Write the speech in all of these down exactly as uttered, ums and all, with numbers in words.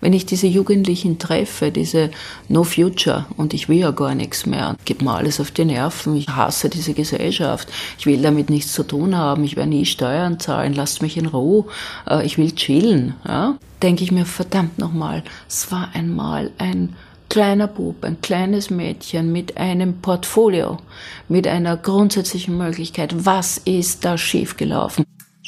wenn ich diese Jugendlichen treffe, diese No Future und ich will ja gar nichts mehr, gibt mir alles auf die Nerven, ich hasse diese Gesellschaft, ich will damit nichts zu tun haben, ich werde nie Steuern zahlen, lasst mich in Ruhe, ich will chillen, ja? Denke ich mir, verdammt nochmal, es war einmal ein kleiner Bub, ein kleines Mädchen mit einem Portfolio, mit einer grundsätzlichen Möglichkeit. Was ist da schiefgelaufen?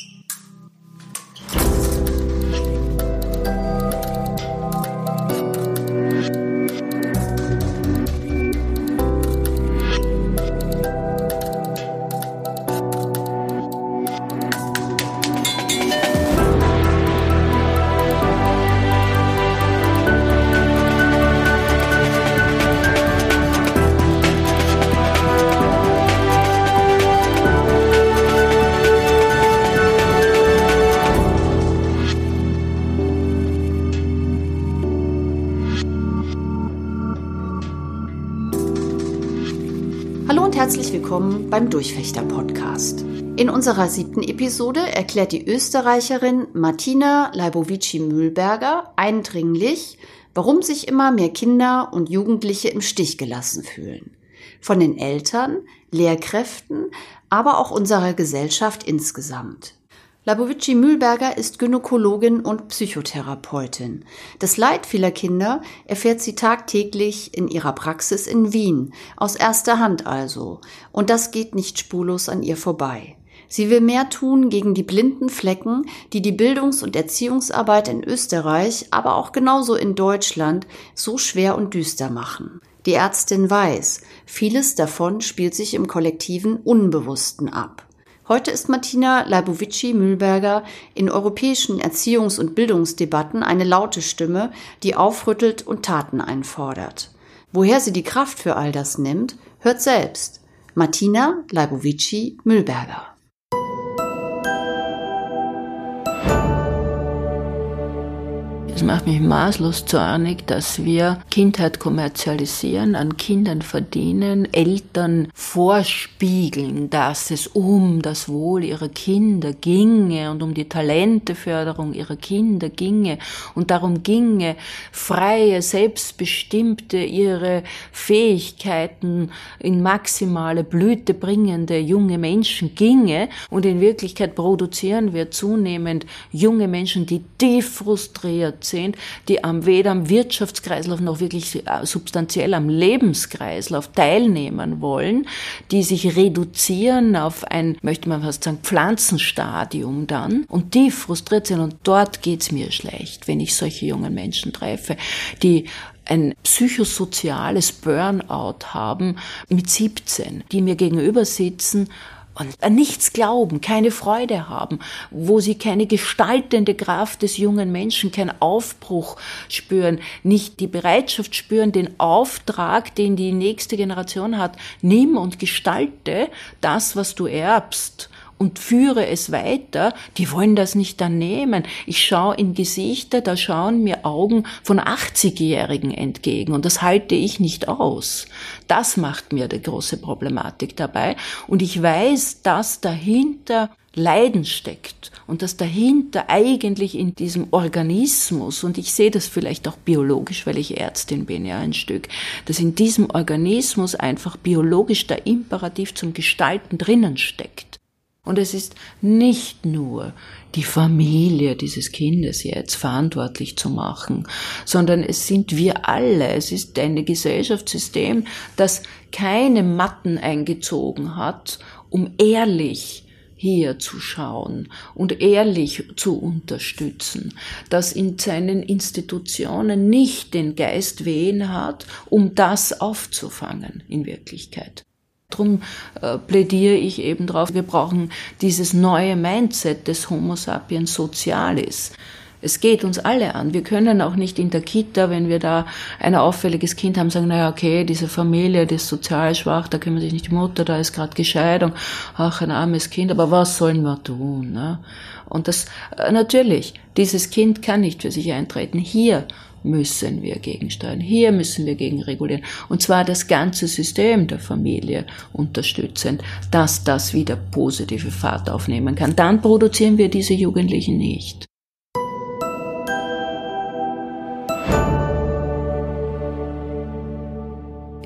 Hallo und herzlich willkommen beim Durchfechter-Podcast. In unserer siebten Episode erklärt die Österreicherin Martina Leibovici-Mühlberger eindringlich, warum sich immer mehr Kinder und Jugendliche im Stich gelassen fühlen. Von den Eltern, Lehrkräften, aber auch unserer Gesellschaft insgesamt. Leibovici-Mühlberger ist Gynäkologin und Psychotherapeutin. Das Leid vieler Kinder erfährt sie tagtäglich in ihrer Praxis in Wien, aus erster Hand also. Und das geht nicht spurlos an ihr vorbei. Sie will mehr tun gegen die blinden Flecken, die die Bildungs- und Erziehungsarbeit in Österreich, aber auch genauso in Deutschland, so schwer und düster machen. Die Ärztin weiß, vieles davon spielt sich im kollektiven Unbewussten ab. Heute ist Martina Leibovici-Mühlberger in europäischen Erziehungs- und Bildungsdebatten eine laute Stimme, die aufrüttelt und Taten einfordert. Woher sie die Kraft für all das nimmt, hört selbst. Martina Leibovici-Mühlberger. Es macht mich maßlos zornig, dass wir Kindheit kommerzialisieren, an Kindern verdienen, Eltern vorspiegeln, dass es um das Wohl ihrer Kinder ginge und um die Talenteförderung ihrer Kinder ginge und darum ginge, freie, selbstbestimmte, ihre Fähigkeiten in maximale Blüte bringende junge Menschen ginge, und in Wirklichkeit produzieren wir zunehmend junge Menschen, die tief frustriert sind, die am, weder am Wirtschaftskreislauf noch wirklich substanziell am Lebenskreislauf teilnehmen wollen, die sich reduzieren auf ein, möchte man fast sagen, Pflanzenstadium dann und tief frustriert sind. Und dort geht's mir schlecht, wenn ich solche jungen Menschen treffe, die ein psychosoziales Burnout haben mit siebzehn, die mir gegenüber sitzen und an nichts glauben, keine Freude haben, wo sie keine gestaltende Kraft des jungen Menschen, keinen Aufbruch spüren, nicht die Bereitschaft spüren, den Auftrag, den die nächste Generation hat, nimm und gestalte das, was du erbst, und führe es weiter, die wollen das nicht dann nehmen. Ich schaue in Gesichter, da schauen mir Augen von achtzigjährigen entgegen und das halte ich nicht aus. Das macht mir die große Problematik dabei und ich weiß, dass dahinter Leiden steckt und dass dahinter eigentlich in diesem Organismus, und ich sehe das vielleicht auch biologisch, weil ich Ärztin bin, ja, ein Stück, dass in diesem Organismus einfach biologisch der Imperativ zum Gestalten drinnen steckt. Und es ist nicht nur die Familie dieses Kindes jetzt verantwortlich zu machen, sondern es sind wir alle. Es ist ein Gesellschaftssystem, das keine Matten eingezogen hat, um ehrlich hier zu schauen und ehrlich zu unterstützen, das in seinen Institutionen nicht den Geist wehen hat, um das aufzufangen in Wirklichkeit. Darum äh, plädiere ich eben drauf, wir brauchen dieses neue Mindset des Homo sapiens socialis. Es geht uns alle an. Wir können auch nicht in der Kita, wenn wir da ein auffälliges Kind haben, sagen, naja, okay, diese Familie, die ist sozial schwach, da kümmert sich nicht die Mutter, da ist gerade Gescheidung, ach, ein armes Kind, aber was sollen wir tun? Ne? Und das, äh, natürlich, dieses Kind kann nicht für sich eintreten. Hier müssen wir gegensteuern. Hier müssen wir gegenregulieren. Und zwar das ganze System der Familie unterstützend, dass das wieder positive Fahrt aufnehmen kann. Dann produzieren wir diese Jugendlichen nicht.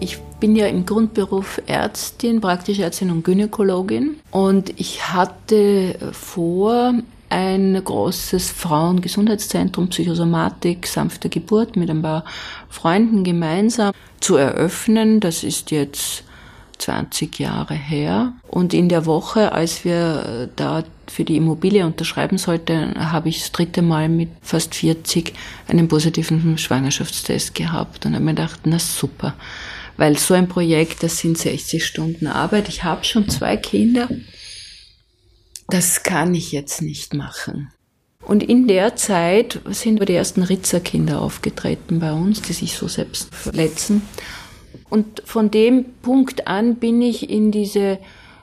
Ich bin ja im Grundberuf Ärztin, praktische Ärztin und Gynäkologin. Und ich hatte vor, ein großes Frauengesundheitszentrum, Psychosomatik, sanfte Geburt mit ein paar Freunden gemeinsam zu eröffnen. Das ist jetzt zwanzig Jahre her. Und in der Woche, als wir da für die Immobilie unterschreiben sollten, habe ich das dritte Mal mit fast vierzig einen positiven Schwangerschaftstest gehabt. Und habe mir gedacht, na super. Weil so ein Projekt, das sind sechzig Stunden Arbeit. Ich habe schon zwei Kinder. Das kann ich jetzt nicht machen. Und in der Zeit sind die ersten Ritzerkinder aufgetreten bei uns, die sich so selbst verletzen. Und von dem Punkt an bin ich in diese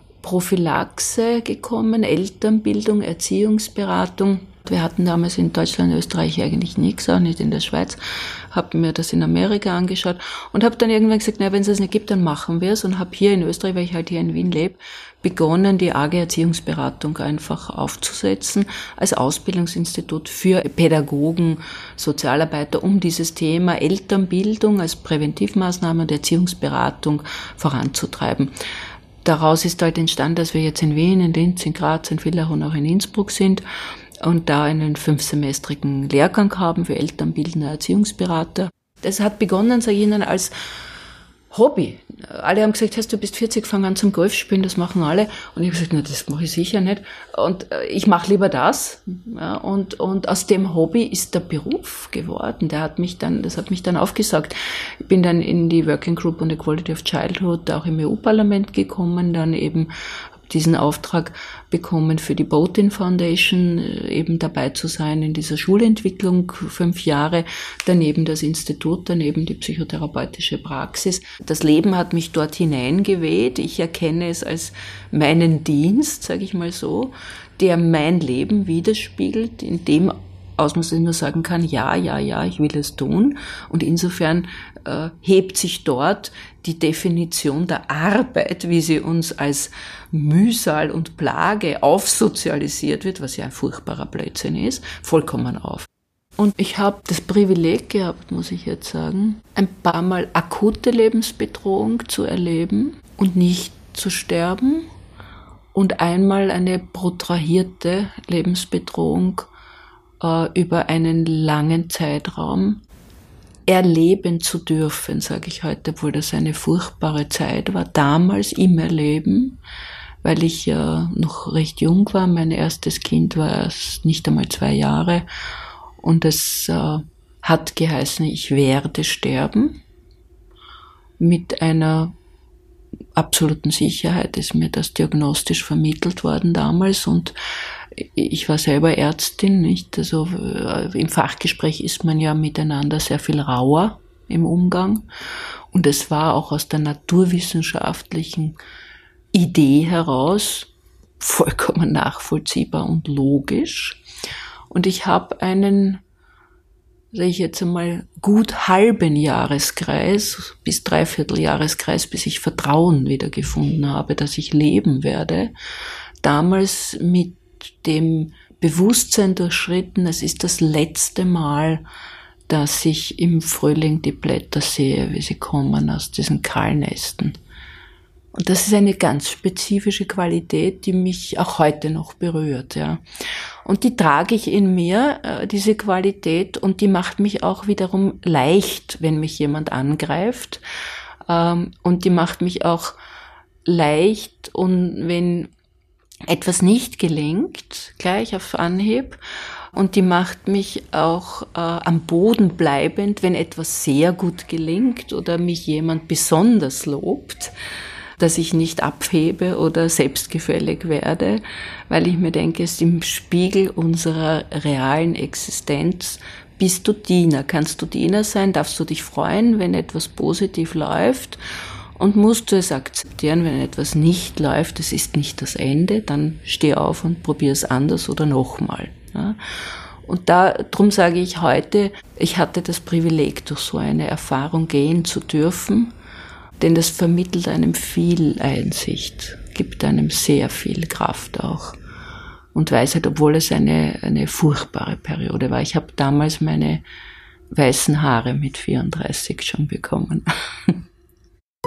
Prophylaxe gekommen, Elternbildung, Erziehungsberatung. Wir hatten damals in Deutschland und Österreich eigentlich nichts, auch nicht in der Schweiz. Habe mir das in Amerika angeschaut und habe dann irgendwann gesagt, na, wenn es das nicht gibt, dann machen wir es. Und habe hier in Österreich, weil ich halt hier in Wien lebe, begonnen, die A G Erziehungsberatung einfach aufzusetzen als Ausbildungsinstitut für Pädagogen, Sozialarbeiter, um dieses Thema Elternbildung als Präventivmaßnahme und Erziehungsberatung voranzutreiben. Daraus ist halt entstanden, dass wir jetzt in Wien, in Linz, in Graz, in Villach und auch in Innsbruck sind und da einen fünfsemestrigen Lehrgang haben für elternbildende Erziehungsberater. Das hat begonnen, sage ich Ihnen, als Hobby. Alle haben gesagt, hast du bist vierzig, fang an zum Golfspielen, das machen alle. Und ich habe gesagt, na, das mache ich sicher nicht. Und ich mache lieber das. Ja, und, und aus dem Hobby ist der Beruf geworden. Der hat mich dann, das hat mich dann aufgesaugt. Ich bin dann in die Working Group on Equality of Childhood, auch im E U-Parlament gekommen, dann eben diesen Auftrag bekommen für die Botin Foundation, eben dabei zu sein in dieser Schulentwicklung, fünf Jahre, daneben das Institut, daneben die psychotherapeutische Praxis. Das Leben hat mich dort hineingeweht. Ich erkenne es als meinen Dienst, sage ich mal so, der mein Leben widerspiegelt, in dem Ausmaß, dass ich nur sagen kann, ja, ja, ja, ich will es tun. Und insofern äh, hebt sich dort die Definition der Arbeit, wie sie uns als Mühsal und Plage aufsozialisiert wird, was ja ein furchtbarer Blödsinn ist, vollkommen auf. Und ich habe das Privileg gehabt, muss ich jetzt sagen, ein paar Mal akute Lebensbedrohung zu erleben und nicht zu sterben und einmal eine protrahierte Lebensbedrohung äh, über einen langen Zeitraum erleben zu dürfen, sage ich heute, obwohl das eine furchtbare Zeit war, damals im Erleben, weil ich ja noch recht jung war. Mein erstes Kind war erst nicht einmal zwei Jahre und es äh, hat geheißen, ich werde sterben. Mit einer absoluten Sicherheit ist mir das diagnostisch vermittelt worden damals und ich war selber Ärztin, nicht? Also im Fachgespräch ist man ja miteinander sehr viel rauer im Umgang und es war auch aus der naturwissenschaftlichen Idee heraus vollkommen nachvollziehbar und logisch. Und ich habe einen, sage ich jetzt einmal, gut halben Jahreskreis bis Dreivierteljahreskreis, bis ich Vertrauen wieder gefunden habe, dass ich leben werde, damals mit dem Bewusstsein durchschritten, es ist das letzte Mal, dass ich im Frühling die Blätter sehe, wie sie kommen aus diesen Kahlnästen. Und das ist eine ganz spezifische Qualität, die mich auch heute noch berührt, ja. Und die trage ich in mir, diese Qualität, und die macht mich auch wiederum leicht, wenn mich jemand angreift. Und die macht mich auch leicht, und wenn etwas nicht gelingt, gleich auf Anhieb. Und die macht mich auch äh, am Boden bleibend, wenn etwas sehr gut gelingt oder mich jemand besonders lobt, dass ich nicht abhebe oder selbstgefällig werde, weil ich mir denke, es ist im Spiegel unserer realen Existenz. Bist du Diener? Kannst du Diener sein? Darfst du dich freuen, wenn etwas positiv läuft? Und musst du es akzeptieren, wenn etwas nicht läuft, es ist nicht das Ende, dann steh auf und probier es anders oder nochmal. Ja. Und da, drum sage ich heute, ich hatte das Privileg, durch so eine Erfahrung gehen zu dürfen, denn das vermittelt einem viel Einsicht, gibt einem sehr viel Kraft auch und Weisheit, obwohl es eine, eine furchtbare Periode war. Ich habe damals meine weißen Haare mit vierunddreißig schon bekommen.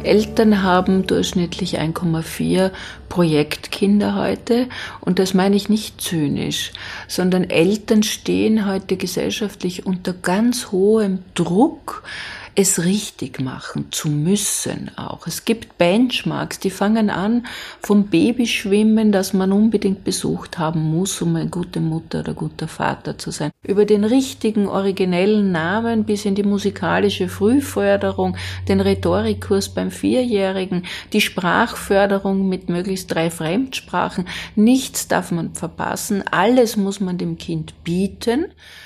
Eltern haben durchschnittlich eins Komma vier Projektkinder heute und das meine ich nicht zynisch, sondern Eltern stehen heute gesellschaftlich unter ganz hohem Druck, es richtig machen zu müssen auch. Es gibt Benchmarks, die fangen an vom Babyschwimmen, das man unbedingt besucht haben muss, um eine gute Mutter oder guter Vater zu sein, über den richtigen, originellen Namen bis in die musikalische Frühförderung, den Rhetorikkurs beim Vierjährigen, die Sprachförderung mit möglichst drei Fremdsprachen. Nichts darf man verpassen, alles muss man dem Kind bieten.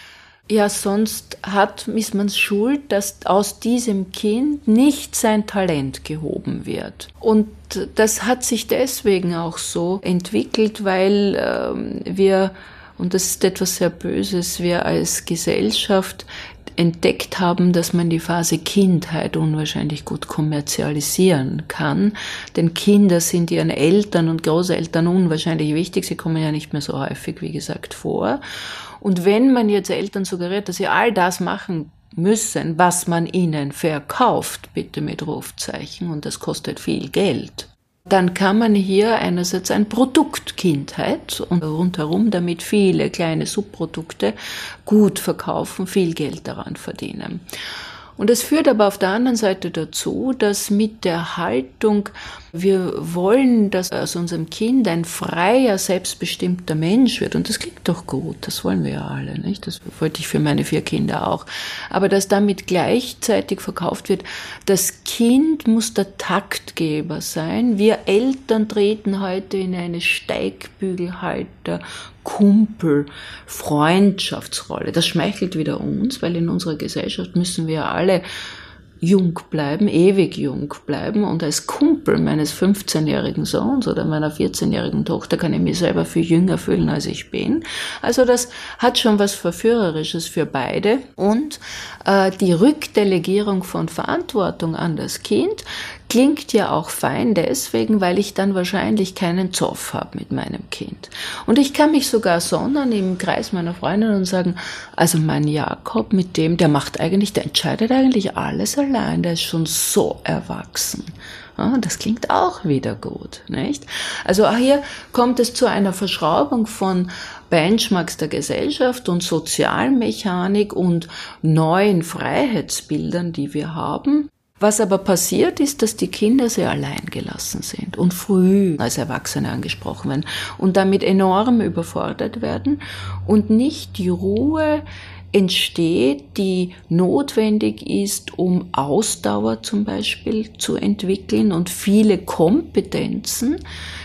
Ja, sonst hat, ist man schuld, dass aus diesem Kind nicht sein Talent gehoben wird. Und das hat sich deswegen auch so entwickelt, weil ähm, wir, und das ist etwas sehr Böses, wir als Gesellschaft entdeckt haben, dass man die Phase Kindheit unwahrscheinlich gut kommerzialisieren kann. Denn Kinder sind ihren Eltern und Großeltern unwahrscheinlich wichtig. Sie kommen ja nicht mehr so häufig, wie gesagt, vor. Und wenn man jetzt Eltern suggeriert, dass sie all das machen müssen, was man ihnen verkauft, bitte mit Rufzeichen, und das kostet viel Geld, dann kann man hier einerseits ein Produkt Kindheit und rundherum damit viele kleine Subprodukte gut verkaufen, viel Geld daran verdienen. Und es führt aber auf der anderen Seite dazu, dass mit der Haltung, wir wollen, dass aus unserem Kind ein freier, selbstbestimmter Mensch wird. Und das klingt doch gut, das wollen wir ja alle, nicht? Das wollte ich für meine vier Kinder auch. Aber dass damit gleichzeitig verkauft wird, das Kind muss der Taktgeber sein. Wir Eltern treten heute in eine Steigbügelhalter, Kumpel, Freundschaftsrolle. Das schmeichelt wieder uns, weil in unserer Gesellschaft müssen wir alle jung bleiben, ewig jung bleiben. Und als Kumpel meines fünfzehnjährigen Sohns oder meiner vierzehnjährigen Tochter kann ich mich selber viel jünger fühlen, als ich bin. Also das hat schon was Verführerisches für beide. Und äh, die Rückdelegierung von Verantwortung an das Kind klingt ja auch fein deswegen, weil ich dann wahrscheinlich keinen Zoff habe mit meinem Kind. Und ich kann mich sogar sondern im Kreis meiner Freundinnen und sagen, also mein Jakob, mit dem, der macht eigentlich, der entscheidet eigentlich alles allein, der ist schon so erwachsen. Ja, das klingt auch wieder gut, nicht? Also hier kommt es zu einer Verschraubung von Benchmarks der Gesellschaft und Sozialmechanik und neuen Freiheitsbildern, die wir haben. Was aber passiert ist, dass die Kinder sehr allein gelassen sind und früh als Erwachsene angesprochen werden und damit enorm überfordert werden und nicht die Ruhe entsteht, die notwendig ist, um Ausdauer zum Beispiel zu entwickeln, und viele Kompetenzen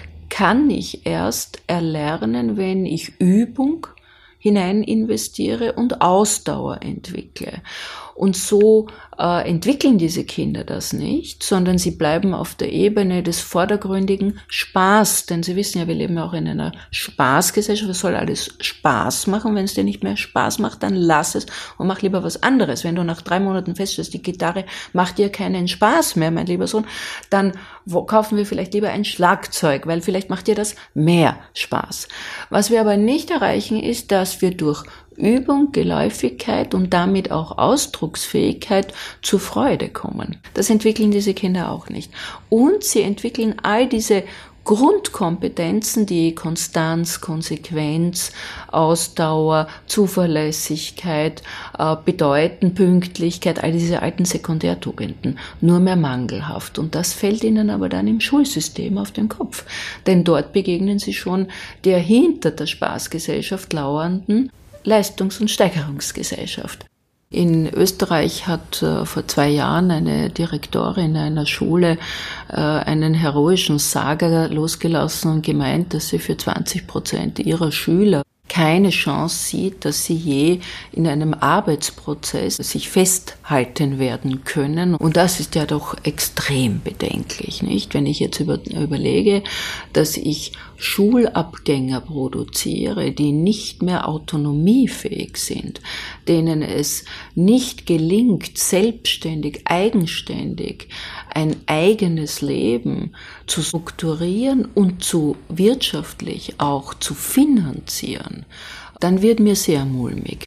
kann ich erst erlernen, wenn ich Übung hinein investiere und Ausdauer entwickle. Und so äh, entwickeln diese Kinder das nicht, sondern sie bleiben auf der Ebene des vordergründigen Spaß. Denn Sie wissen ja, wir leben ja auch in einer Spaßgesellschaft. Es soll alles Spaß machen. Wenn es dir nicht mehr Spaß macht, dann lass es und mach lieber was anderes. Wenn du nach drei Monaten feststellst, die Gitarre macht dir keinen Spaß mehr, mein lieber Sohn, dann wo, kaufen wir vielleicht lieber ein Schlagzeug, weil vielleicht macht dir das mehr Spaß. Was wir aber nicht erreichen, ist, dass wir durch Übung, Geläufigkeit und damit auch Ausdrucksfähigkeit zur Freude kommen. Das entwickeln diese Kinder auch nicht. Und sie entwickeln all diese Grundkompetenzen, die Konstanz, Konsequenz, Ausdauer, Zuverlässigkeit äh, bedeuten, Pünktlichkeit, all diese alten Sekundärtugenden, nur mehr mangelhaft. Und das fällt ihnen aber dann im Schulsystem auf den Kopf. Denn dort begegnen sie schon der hinter der Spaßgesellschaft lauernden Leistungs- und Steigerungsgesellschaft. In Österreich hat äh, vor zwei Jahren eine Direktorin einer Schule äh, einen heroischen Saga losgelassen und gemeint, dass sie für zwanzig Prozent ihrer Schüler keine Chance sieht, dass sie je in einem Arbeitsprozess sich festhalten werden können. Und das ist ja doch extrem bedenklich, nicht? Wenn ich jetzt über, überlege, dass ich Schulabgänger produziere, die nicht mehr autonomiefähig sind, denen es nicht gelingt, selbstständig, eigenständig ein eigenes Leben zu strukturieren und zu wirtschaftlich auch zu finanzieren, dann wird mir sehr mulmig.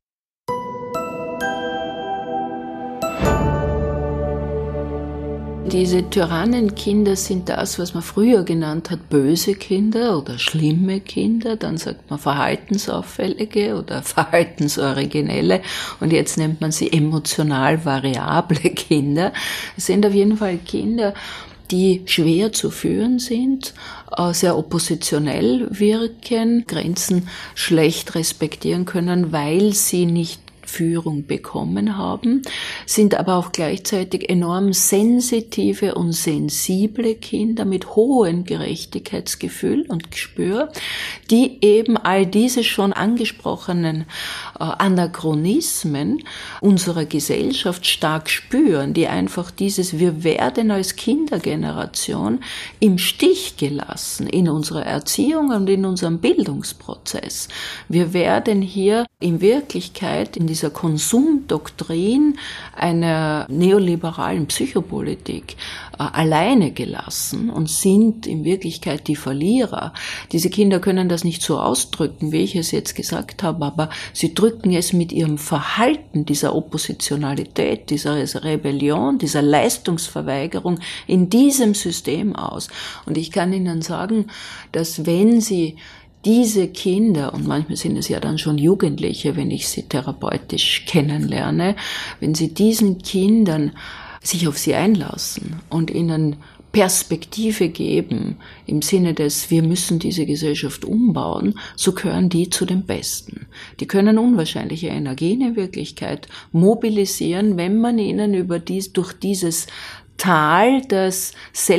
Diese Tyrannenkinder sind das, was man früher genannt hat, böse Kinder oder schlimme Kinder. Dann sagt man verhaltensauffällige oder verhaltensoriginelle. Und jetzt nennt man sie emotional variable Kinder. Es sind auf jeden Fall Kinder, die schwer zu führen sind, sehr oppositionell wirken, Grenzen schlecht respektieren können, weil sie nicht Führung bekommen haben, sind aber auch gleichzeitig enorm sensitive und sensible Kinder mit hohem Gerechtigkeitsgefühl und Gespür, die eben all diese schon angesprochenen äh, Anachronismen unserer Gesellschaft stark spüren, die einfach dieses, wir werden als Kindergeneration im Stich gelassen in unserer Erziehung und in unserem Bildungsprozess. Wir werden hier in Wirklichkeit in dieser Konsumdoktrin einer neoliberalen Psychopolitik äh, alleine gelassen und sind in Wirklichkeit die Verlierer. Diese Kinder können das nicht so ausdrücken, wie ich es jetzt gesagt habe, aber sie drücken es mit ihrem Verhalten, dieser Oppositionalität, dieser Rebellion, dieser Leistungsverweigerung in diesem System aus. Und ich kann Ihnen sagen, dass wenn Sie diese Kinder, und manchmal sind es ja dann schon Jugendliche, wenn ich sie therapeutisch kennenlerne, wenn sie diesen Kindern sich auf sie einlassen und ihnen Perspektive geben, im Sinne des, wir müssen diese Gesellschaft umbauen, so gehören die zu den Besten. Die können unwahrscheinliche Energien in Wirklichkeit mobilisieren, wenn man ihnen über dies, durch dieses Tal des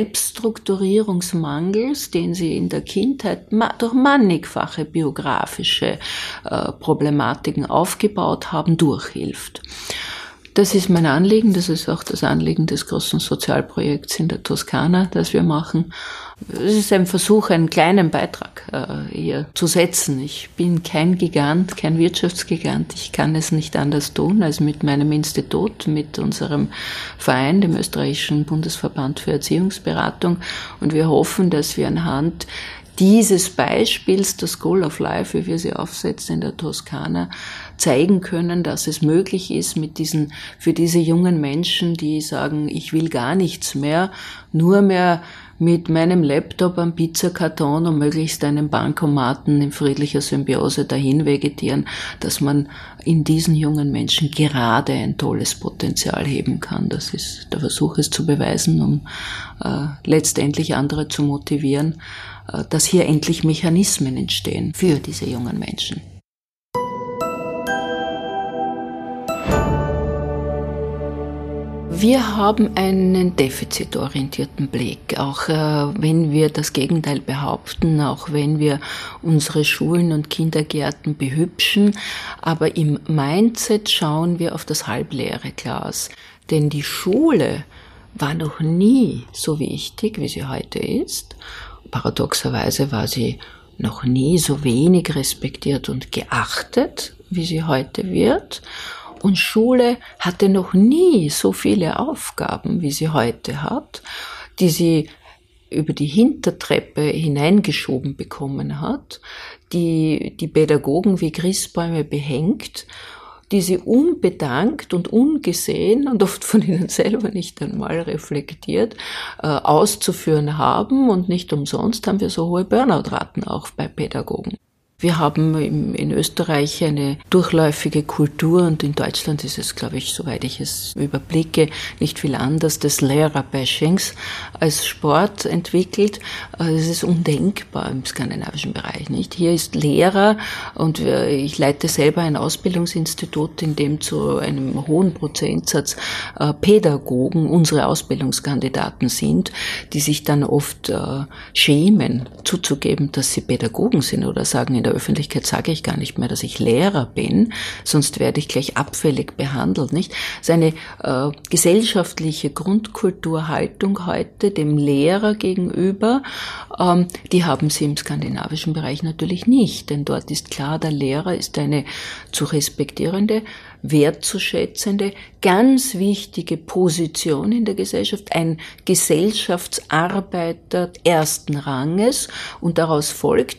Selbststrukturierungsmangels, den sie in der Kindheit durch mannigfache biografische äh, Problematiken aufgebaut haben, durchhilft. Das ist mein Anliegen, das ist auch das Anliegen des großen Sozialprojekts in der Toskana, das wir machen. Es ist ein Versuch, einen kleinen Beitrag äh, hier zu setzen. Ich bin kein Gigant, kein Wirtschaftsgigant. Ich kann es nicht anders tun als mit meinem Institut, mit unserem Verein, dem Österreichischen Bundesverband für Erziehungsberatung. Und wir hoffen, dass wir anhand dieses Beispiels, der School of Life, wie wir sie aufsetzen in der Toskana, zeigen können, dass es möglich ist, mit diesen, für diese jungen Menschen, die sagen, ich will gar nichts mehr, nur mehr mit meinem Laptop am Pizzakarton und möglichst einem Bankomaten in friedlicher Symbiose dahin vegetieren, dass man in diesen jungen Menschen gerade ein tolles Potenzial heben kann. Das ist der Versuch, es zu beweisen, um äh, letztendlich andere zu motivieren, äh, dass hier endlich Mechanismen entstehen für diese jungen Menschen. Wir haben einen defizitorientierten Blick, auch äh, wenn wir das Gegenteil behaupten, auch wenn wir unsere Schulen und Kindergärten behübschen, aber im Mindset schauen wir auf das halbleere Glas. Denn die Schule war noch nie so wichtig, wie sie heute ist. Paradoxerweise war sie noch nie so wenig respektiert und geachtet, wie sie heute wird. Und Schule hatte noch nie so viele Aufgaben, wie sie heute hat, die sie über die Hintertreppe hineingeschoben bekommen hat, die die Pädagogen wie Christbäume behängt, die sie unbedankt und ungesehen und oft von ihnen selber nicht einmal reflektiert äh, auszuführen haben. Und nicht umsonst haben wir so hohe Burnout-Raten auch bei Pädagogen. Wir haben in Österreich eine durchläufige Kultur und in Deutschland ist es, glaube ich, soweit ich es überblicke, nicht viel anders, des Lehrer-Bashings als Sport entwickelt. Es ist undenkbar im skandinavischen Bereich, nicht? Hier ist Lehrer und ich leite selber ein Ausbildungsinstitut, in dem zu einem hohen Prozentsatz Pädagogen unsere Ausbildungskandidaten sind, die sich dann oft schämen, zuzugeben, dass sie Pädagogen sind oder sagen, in der Öffentlichkeit sage ich gar nicht mehr, dass ich Lehrer bin, sonst werde ich gleich abfällig behandelt, nicht? Das ist eine äh, gesellschaftliche Grundkulturhaltung heute dem Lehrer gegenüber, ähm, die haben sie im skandinavischen Bereich natürlich nicht, denn dort ist klar, der Lehrer ist eine zu respektierende, wertzuschätzende, ganz wichtige Position in der Gesellschaft, ein Gesellschaftsarbeiter ersten Ranges und daraus folgt,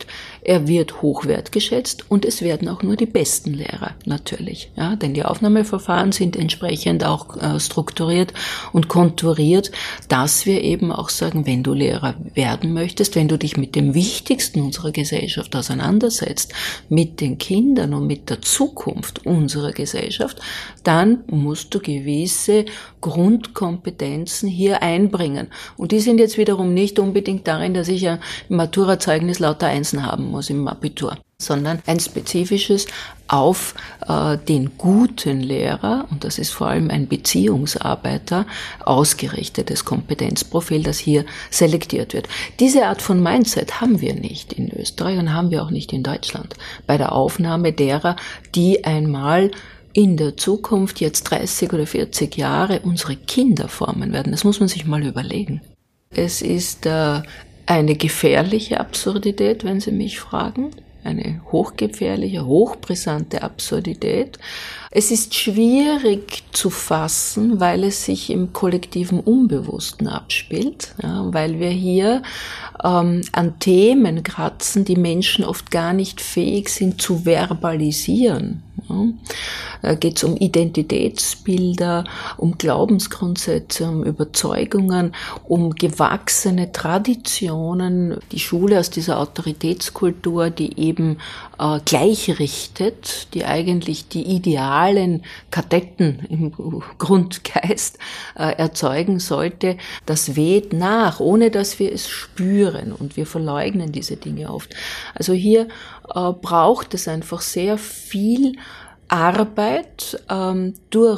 er wird hoch wertgeschätzt und es werden auch nur die besten Lehrer natürlich, ja, denn die Aufnahmeverfahren sind entsprechend auch äh, strukturiert und konturiert, dass wir eben auch sagen, wenn du Lehrer werden möchtest, wenn du dich mit dem Wichtigsten unserer Gesellschaft auseinandersetzt, mit den Kindern und mit der Zukunft unserer Gesellschaft, dann musst du gewisse Grundkompetenzen hier einbringen. Und die sind jetzt wiederum nicht unbedingt darin, dass ich ja im Maturazeugnis lauter Einsen haben muss im Abitur, sondern ein spezifisches auf äh, den guten Lehrer, und das ist vor allem ein Beziehungsarbeiter, ausgerichtetes Kompetenzprofil, das hier selektiert wird. Diese Art von Mindset haben wir nicht in Österreich und haben wir auch nicht in Deutschland bei der Aufnahme derer, die einmal in der Zukunft jetzt dreißig oder vierzig Jahre unsere Kinder formen werden. Das muss man sich mal überlegen. Es ist äh, eine gefährliche Absurdität, wenn Sie mich fragen. Eine hochgefährliche, hochbrisante Absurdität. Es ist schwierig zu fassen, weil es sich im kollektiven Unbewussten abspielt, ja, weil wir hier ähm, an Themen kratzen, die Menschen oft gar nicht fähig sind zu verbalisieren. Ja. Da geht es um Identitätsbilder, um Glaubensgrundsätze, um Überzeugungen, um gewachsene Traditionen. Die Schule aus dieser Autoritätskultur, die eben äh, gleichrichtet, die eigentlich die idealen Kadetten im Grundgeist äh, erzeugen sollte, das weht nach, ohne dass wir es spüren, und wir verleugnen diese Dinge oft. Also hier äh, braucht es einfach sehr viel Arbeit ähm, durch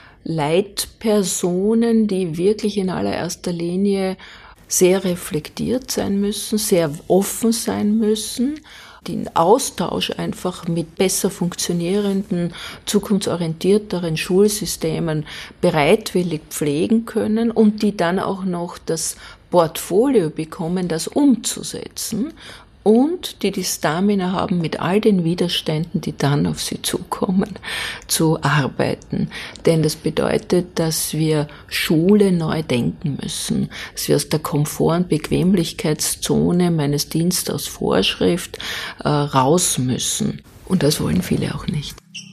Leitpersonen, die wirklich in allererster Linie sehr reflektiert sein müssen, sehr offen sein müssen, den Austausch einfach mit besser funktionierenden, zukunftsorientierteren Schulsystemen bereitwillig pflegen können und die dann auch noch das Portfolio bekommen, das umzusetzen, und die die Stamina haben, mit all den Widerständen, die dann auf sie zukommen, zu arbeiten. Denn das bedeutet, dass wir Schule neu denken müssen, dass wir aus der Komfort- und Bequemlichkeitszone meines Dienstes aus Vorschrift äh, raus müssen. Und das wollen viele auch nicht.